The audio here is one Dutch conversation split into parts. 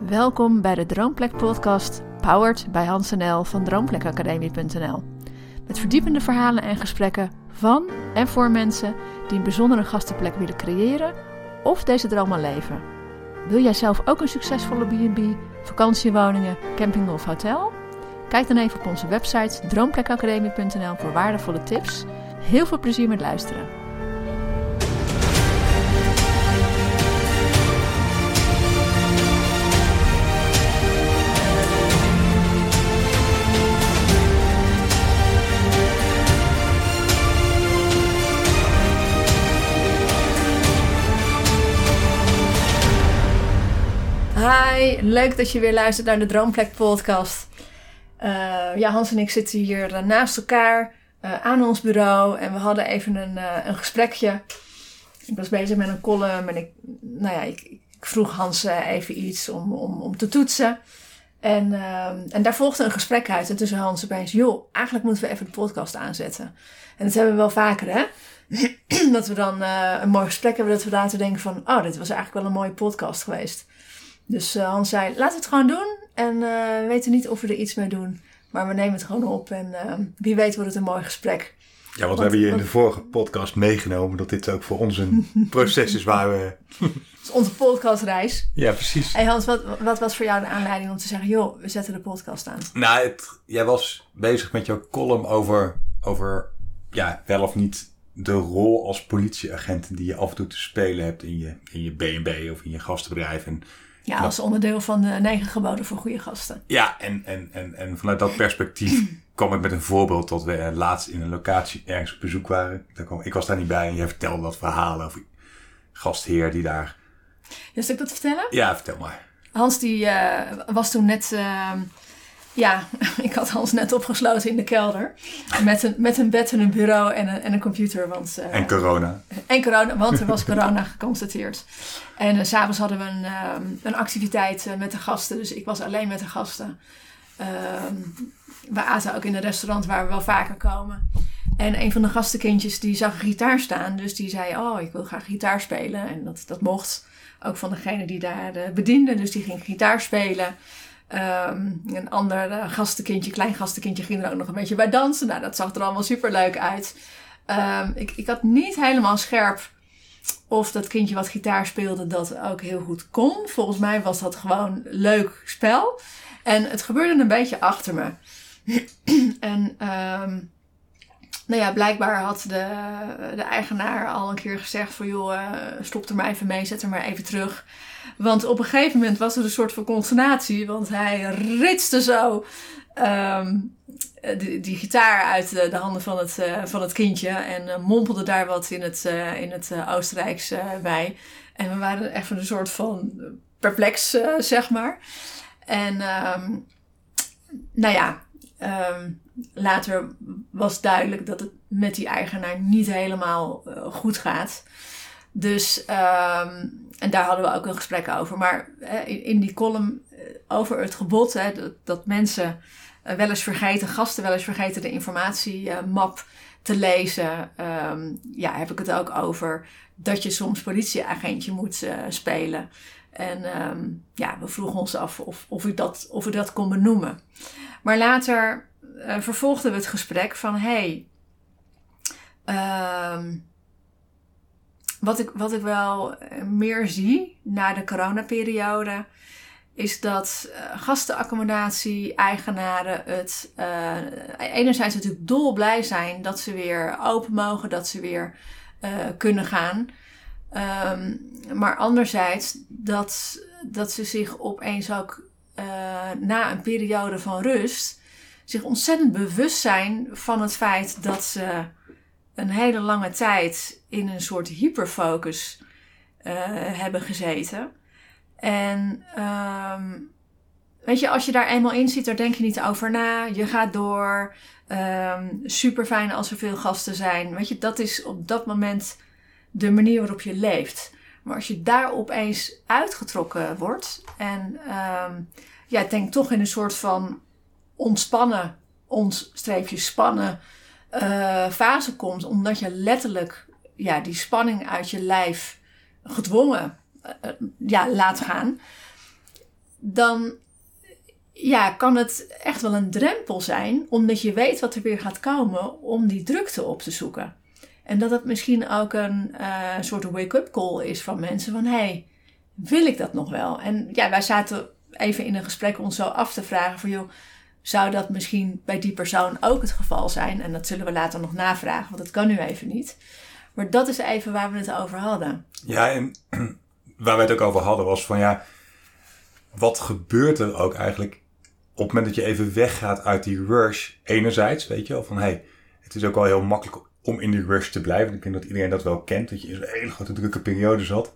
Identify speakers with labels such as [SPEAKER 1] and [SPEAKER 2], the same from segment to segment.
[SPEAKER 1] Welkom bij de Droomplek podcast, powered bij Hans en El van droomplekacademie.nl. Met verdiepende verhalen en gesprekken van en voor mensen die een bijzondere gastenplek willen creëren of deze droom al leven. Wil jij zelf ook een succesvolle B&B, vakantiewoningen, camping of hotel? Kijk dan even op onze website droomplekacademie.nl voor waardevolle tips. Heel veel plezier met luisteren. Hi, leuk dat je weer luistert naar de Droomplek podcast. Hans en ik zitten hier naast elkaar aan ons bureau en we hadden even een gesprekje. Ik was bezig met een column en ik vroeg Hans even iets om te toetsen. En daar volgde een gesprek uit en tussen Hans opeens, eigenlijk moeten we even de podcast aanzetten. En dat hebben we wel vaker, hè? Dat we dan een mooi gesprek hebben, dat we later denken van, dit was eigenlijk wel een mooie podcast geweest. Dus Hans zei, laten we het gewoon doen. En we weten niet of we er iets mee doen. Maar we nemen het gewoon op. En wie weet wordt het een mooi gesprek.
[SPEAKER 2] Ja, want we hebben je in de vorige podcast meegenomen. Dat dit ook voor ons een proces is waar we...
[SPEAKER 1] Het is onze podcastreis.
[SPEAKER 2] Ja, precies.
[SPEAKER 1] Hey Hans, wat was voor jou de aanleiding om te zeggen... we zetten de podcast aan?
[SPEAKER 2] Nou, jij was bezig met jouw column over wel of niet de rol als politieagent die je af en toe te spelen hebt in je B&B of in je gastenbedrijf. En
[SPEAKER 1] als onderdeel van de 9 geboden voor goede gasten.
[SPEAKER 2] Ja, en vanuit dat perspectief kwam ik met een voorbeeld dat we laatst in een locatie ergens op bezoek waren. Ik was daar niet bij en jij vertelde dat verhaal over gastheer die daar...
[SPEAKER 1] Ja, zal ik dat vertellen?
[SPEAKER 2] Ja, vertel maar. Hans
[SPEAKER 1] die was toen net... ik had Hans net opgesloten in de kelder. Met een bed en een bureau en een computer.
[SPEAKER 2] En corona. En corona,
[SPEAKER 1] want er was corona geconstateerd. En 's avonds hadden we een activiteit met de gasten. Dus ik was alleen met de gasten. We aten ook in een restaurant waar we wel vaker komen. En een van de gastenkindjes die zag een gitaar staan. Dus die zei, ik wil graag gitaar spelen. En dat mocht ook van degene die daar bediende. Dus die ging gitaar spelen. Een ander klein gastenkindje ging er ook nog een beetje bij dansen. Nou, dat zag er allemaal superleuk uit. Ik had niet helemaal scherp of dat kindje wat gitaar speelde dat ook heel goed kon. Volgens mij was dat gewoon leuk spel. En het gebeurde een beetje achter me. En blijkbaar had de eigenaar al een keer gezegd van stop er maar even mee, zet er maar even terug. Want op een gegeven moment was er een soort van consternatie. Want hij ritste zo die gitaar uit de handen van het kindje. En mompelde daar wat in het Oostenrijks bij. En we waren echt een soort van perplex, zeg maar. En later was duidelijk dat het met die eigenaar niet helemaal goed gaat. Dus, en daar hadden we ook een gesprek over. Maar in die column over het gebod, dat mensen wel eens vergeten, gasten wel eens vergeten de informatiemap te lezen. Heb ik het ook over dat je soms politieagentje moet spelen. En we vroegen ons af of u dat kon benoemen. Maar later vervolgden we het gesprek van wat ik wel meer zie na de coronaperiode is dat gastenaccommodatie-eigenaren het enerzijds natuurlijk dolblij zijn dat ze weer open mogen, dat ze weer kunnen gaan. Maar anderzijds dat ze zich opeens ook na een periode van rust zich ontzettend bewust zijn van het feit dat ze een hele lange tijd in een soort hyperfocus hebben gezeten. En als je daar eenmaal in zit, daar denk je niet over na. Je gaat door. Super fijn als er veel gasten zijn. Dat is op dat moment de manier waarop je leeft. Maar als je daar opeens uitgetrokken wordt en denk toch in een soort van ontspannen, spannen fase komt, omdat je letterlijk die spanning uit je lijf gedwongen laat gaan, dan kan het echt wel een drempel zijn, omdat je weet wat er weer gaat komen, om die drukte op te zoeken. En dat het misschien ook een soort wake-up call is van mensen van, hey, wil ik dat nog wel? En wij zaten even in een gesprek ons zo af te vragen van, joh, zou dat misschien bij die persoon ook het geval zijn? En dat zullen we later nog navragen, want dat kan nu even niet. Maar dat is even waar we het over hadden.
[SPEAKER 2] Ja, en waar we het ook over hadden was van, wat gebeurt er ook eigenlijk op het moment dat je even weggaat uit die rush? Enerzijds, weet je wel, van het is ook wel heel makkelijk om in die rush te blijven. Ik denk dat iedereen dat wel kent, dat je in zo'n hele grote drukke periode zat.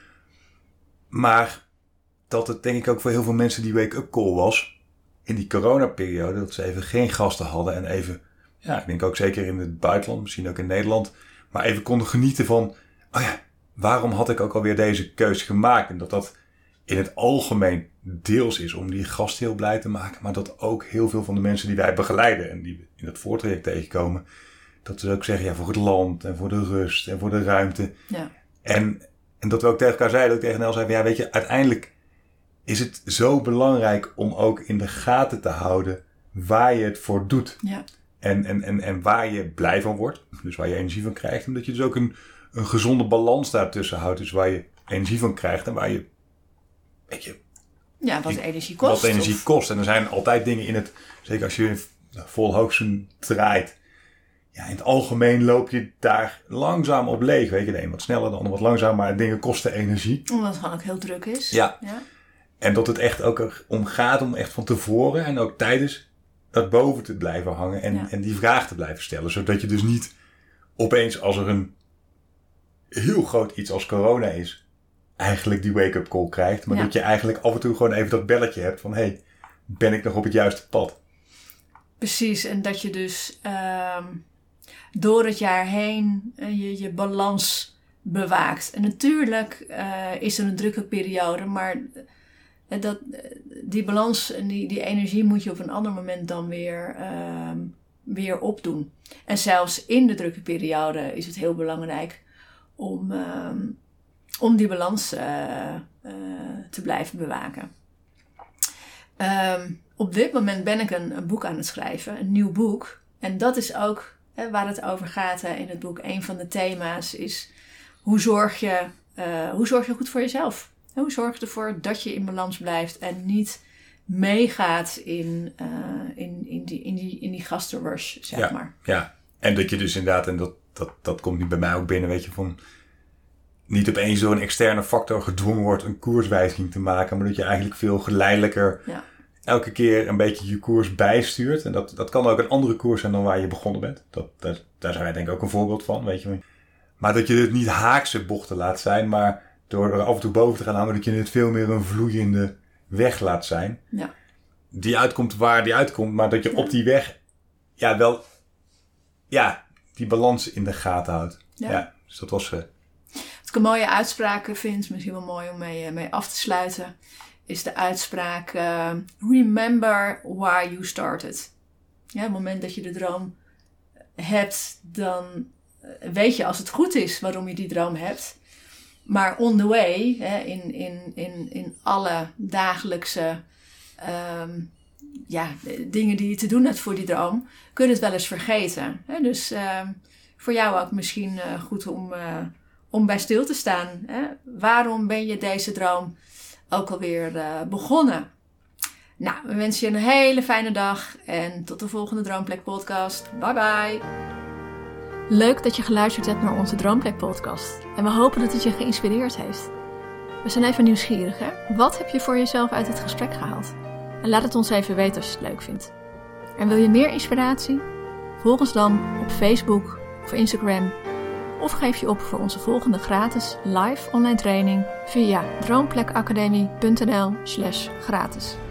[SPEAKER 2] Maar dat het denk ik ook voor heel veel mensen die wake-up call was in die coronaperiode, dat ze even geen gasten hadden en even, ik denk ook zeker in het buitenland, misschien ook in Nederland, maar even konden genieten van, waarom had ik ook alweer deze keuze gemaakt? En dat in het algemeen deels is om die gast heel blij te maken, maar dat ook heel veel van de mensen die wij begeleiden en die we in het voortraject tegenkomen, dat ze ook zeggen, voor het land en voor de rust en voor de ruimte.
[SPEAKER 1] Ja.
[SPEAKER 2] En dat we ook tegen elkaar zeiden, dat ik tegen Nel zei, weet je, uiteindelijk is het zo belangrijk om ook in de gaten te houden waar je het voor doet.
[SPEAKER 1] Ja.
[SPEAKER 2] En waar je blij van wordt. Dus waar je energie van krijgt. En dat je dus ook een gezonde balans daartussen houdt. Dus waar je energie van krijgt en waar je,
[SPEAKER 1] wat energie kost.
[SPEAKER 2] Wat energie kost. En er zijn altijd dingen in het, zeker als je vol hoogseizoen draait. In het algemeen loop je daar langzaam op leeg. Weet je, de een wat sneller, de ander wat langzaam. Maar dingen kosten energie.
[SPEAKER 1] Omdat het gewoon ook heel druk is.
[SPEAKER 2] Ja. En dat het echt ook om gaat om echt van tevoren en ook tijdens dat boven te blijven hangen en die vraag te blijven stellen. Zodat je dus niet opeens als er een heel groot iets als corona is, eigenlijk die wake-up call krijgt. Maar dat je eigenlijk af en toe gewoon even dat belletje hebt van, ben ik nog op het juiste pad?
[SPEAKER 1] Precies, en dat je dus door het jaar heen je balans bewaakt. En natuurlijk is er een drukke periode, maar die balans en die energie moet je op een ander moment dan weer opdoen. En zelfs in de drukke periode is het heel belangrijk om die balans te blijven bewaken. Op dit moment ben ik een boek aan het schrijven, een nieuw boek. En dat is ook waar het over gaat in het boek. Een van de thema's is hoe zorg je goed voor jezelf? Hoe zorg je ervoor dat je in balans blijft en niet meegaat in die gastenrush, zeg maar. Ja,
[SPEAKER 2] en dat je dus inderdaad, en dat komt nu bij mij ook binnen, weet je, van niet opeens door een externe factor gedwongen wordt een koerswijziging te maken, maar dat je eigenlijk veel geleidelijker elke keer een beetje je koers bijstuurt. En dat kan ook een andere koers zijn dan waar je begonnen bent. Daar zijn wij denk ik ook een voorbeeld van, weet je. Maar dat je het niet haakse bochten laat zijn, maar door er af en toe boven te gaan hangen, dat je het veel meer een vloeiende weg laat zijn.
[SPEAKER 1] Ja.
[SPEAKER 2] Die uitkomt waar die uitkomt, maar dat je op die weg die balans in de gaten houdt. Ja, dus dat was... Wat
[SPEAKER 1] ik een mooie uitspraak vind, misschien wel mooi om mee af te sluiten, is de uitspraak remember why you started. Ja, op het moment dat je de droom hebt, dan weet je als het goed is waarom je die droom hebt. Maar on the way, in alle dagelijkse dingen die je te doen hebt voor die droom, kun je het wel eens vergeten. Dus voor jou ook misschien goed om bij stil te staan. Waarom ben je deze droom ook alweer begonnen? Nou, we wensen je een hele fijne dag en tot de volgende Droomplek podcast. Bye bye! Leuk dat je geluisterd hebt naar onze Droomplek podcast. En we hopen dat het je geïnspireerd heeft. We zijn even nieuwsgierig, hè? Wat heb je voor jezelf uit het gesprek gehaald? En laat het ons even weten als je het leuk vindt. En wil je meer inspiratie? Volg ons dan op Facebook of Instagram. Of geef je op voor onze volgende gratis live online training via droomplekacademie.nl/gratis.